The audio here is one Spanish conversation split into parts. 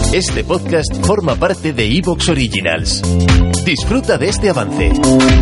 Este podcast forma parte de Evox Originals. Disfruta de este avance.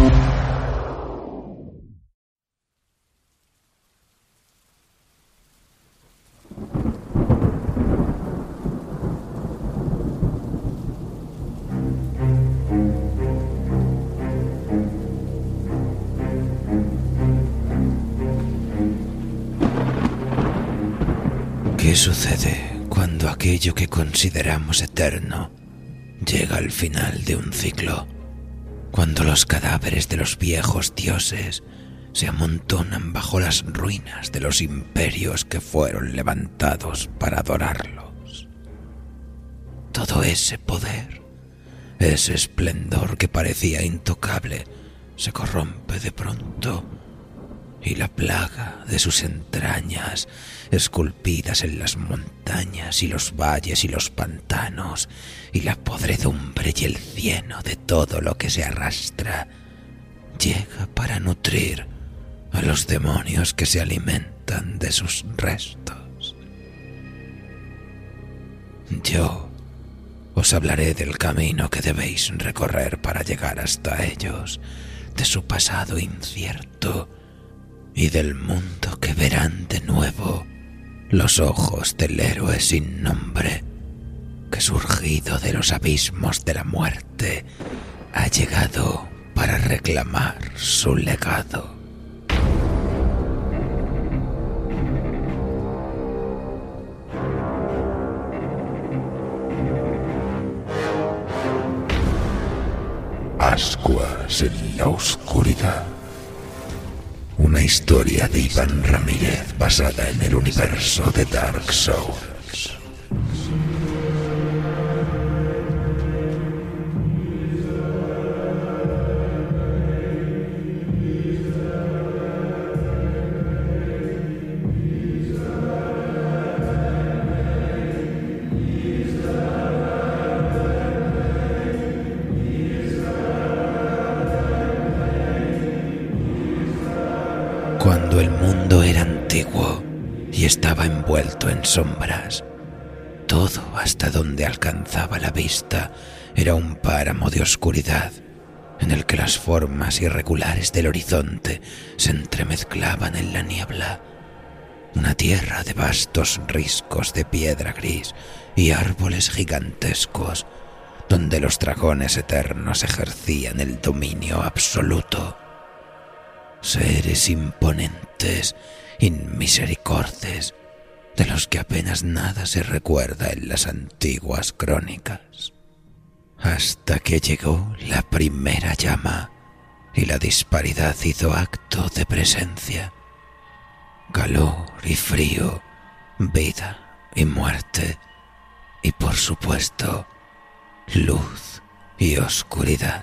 ¿Qué sucede cuando aquello que consideramos eterno llega al final de un ciclo? Cuando los cadáveres de los viejos dioses se amontonan bajo las ruinas de los imperios que fueron levantados para adorarlos. Todo ese poder, ese esplendor que parecía intocable, se corrompe de pronto, y la plaga de sus entrañas, esculpidas en las montañas y los valles y los pantanos, y la podredumbre y el cieno de todo lo que se arrastra, llega para nutrir a los demonios que se alimentan de sus restos. Yo os hablaré del camino que debéis recorrer para llegar hasta ellos, de su pasado incierto y del mundo que verán de nuevo los ojos del héroe sin nombre, que surgido de los abismos de la muerte ha llegado para reclamar su legado. Ascuas en la oscuridad. Una historia de Iván Ramírez basada en el universo de Dark Souls. Cuando el mundo era antiguo y estaba envuelto en sombras, todo hasta donde alcanzaba la vista era un páramo de oscuridad, en el que las formas irregulares del horizonte se entremezclaban en la niebla. Una tierra de vastos riscos de piedra gris y árboles gigantescos, donde los dragones eternos ejercían el dominio absoluto. Seres imponentes, inmisericordes, de los que apenas nada se recuerda en las antiguas crónicas. Hasta que llegó la primera llama y la disparidad hizo acto de presencia. Calor y frío, vida y muerte, y por supuesto, luz y oscuridad.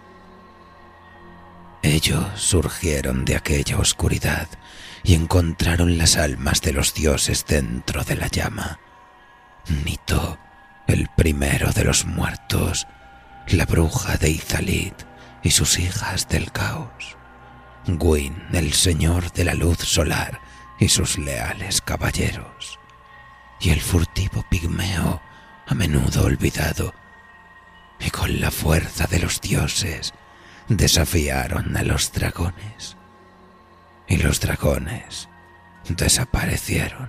Ellos surgieron de aquella oscuridad y encontraron las almas de los dioses dentro de la llama. Nito, el primero de los muertos, la bruja de Izalith y sus hijas del caos, Gwyn, el señor de la luz solar y sus leales caballeros, y el furtivo pigmeo, a menudo olvidado, y con la fuerza de los dioses desafiaron a los dragones, y los dragones desaparecieron.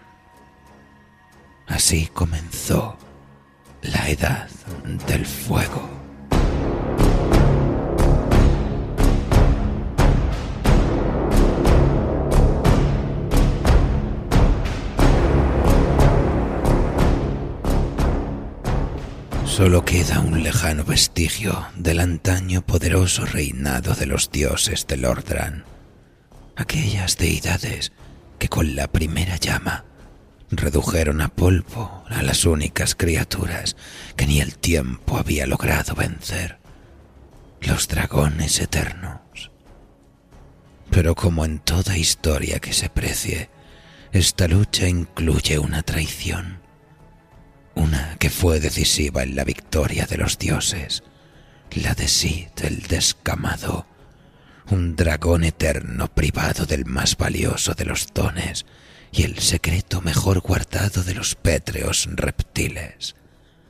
Así comenzó la Edad del Fuego. Solo queda un lejano vestigio del antaño poderoso reinado de los dioses de Lordran, aquellas deidades que con la primera llama redujeron a polvo a las únicas criaturas que ni el tiempo había logrado vencer, los dragones eternos. Pero como en toda historia que se precie, esta lucha incluye una traición, una que fue decisiva en la victoria de los dioses, la de Sid el Descamado, un dragón eterno privado del más valioso de los dones y el secreto mejor guardado de los pétreos reptiles.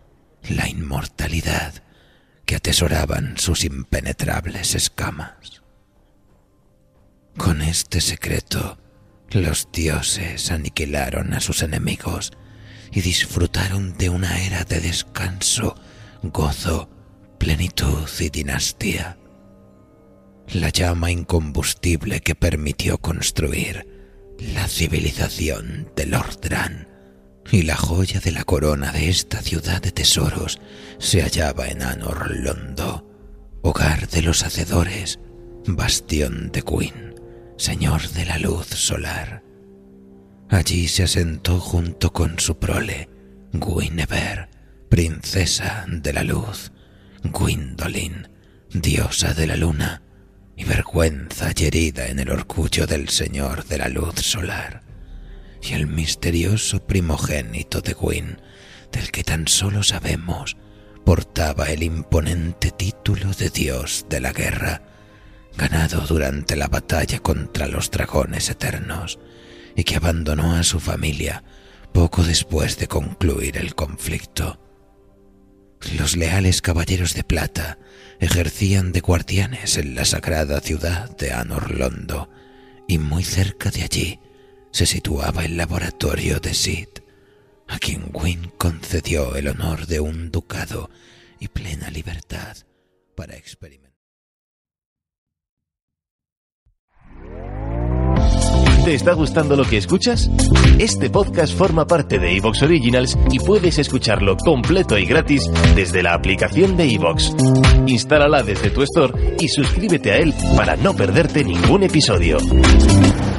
la inmortalidad que atesoraban sus impenetrables escamas. Con este secreto, los dioses aniquilaron a sus enemigos y disfrutaron de una era de descanso, gozo, plenitud y dinastía. La llama incombustible que permitió construir la civilización de Lordraan y la joya de la corona de esta ciudad de tesoros se hallaba en Anor Londo, hogar de los hacedores, bastión de Gwyn, señor de la luz solar. Allí se asentó junto con su prole, Gwynebere, princesa de la luz, Gwyndolin, diosa de la luna, y vergüenza y herida en el orgullo del señor de la luz solar, y el misterioso primogénito de Gwyn, del que tan solo sabemos, portaba el imponente título de dios de la guerra, ganado durante la batalla contra los dragones eternos, y que abandonó a su familia poco después de concluir el conflicto. Los leales caballeros de plata ejercían de guardianes en la sagrada ciudad de Anor Londo, y muy cerca de allí se situaba el laboratorio de Sid, a quien Gwyn concedió el honor de un ducado y plena libertad para experimentar. ¿Te está gustando lo que escuchas? Este podcast forma parte de Evox Originals y puedes escucharlo completo y gratis desde la aplicación de Evox. Instálala desde tu store y suscríbete a él para no perderte ningún episodio.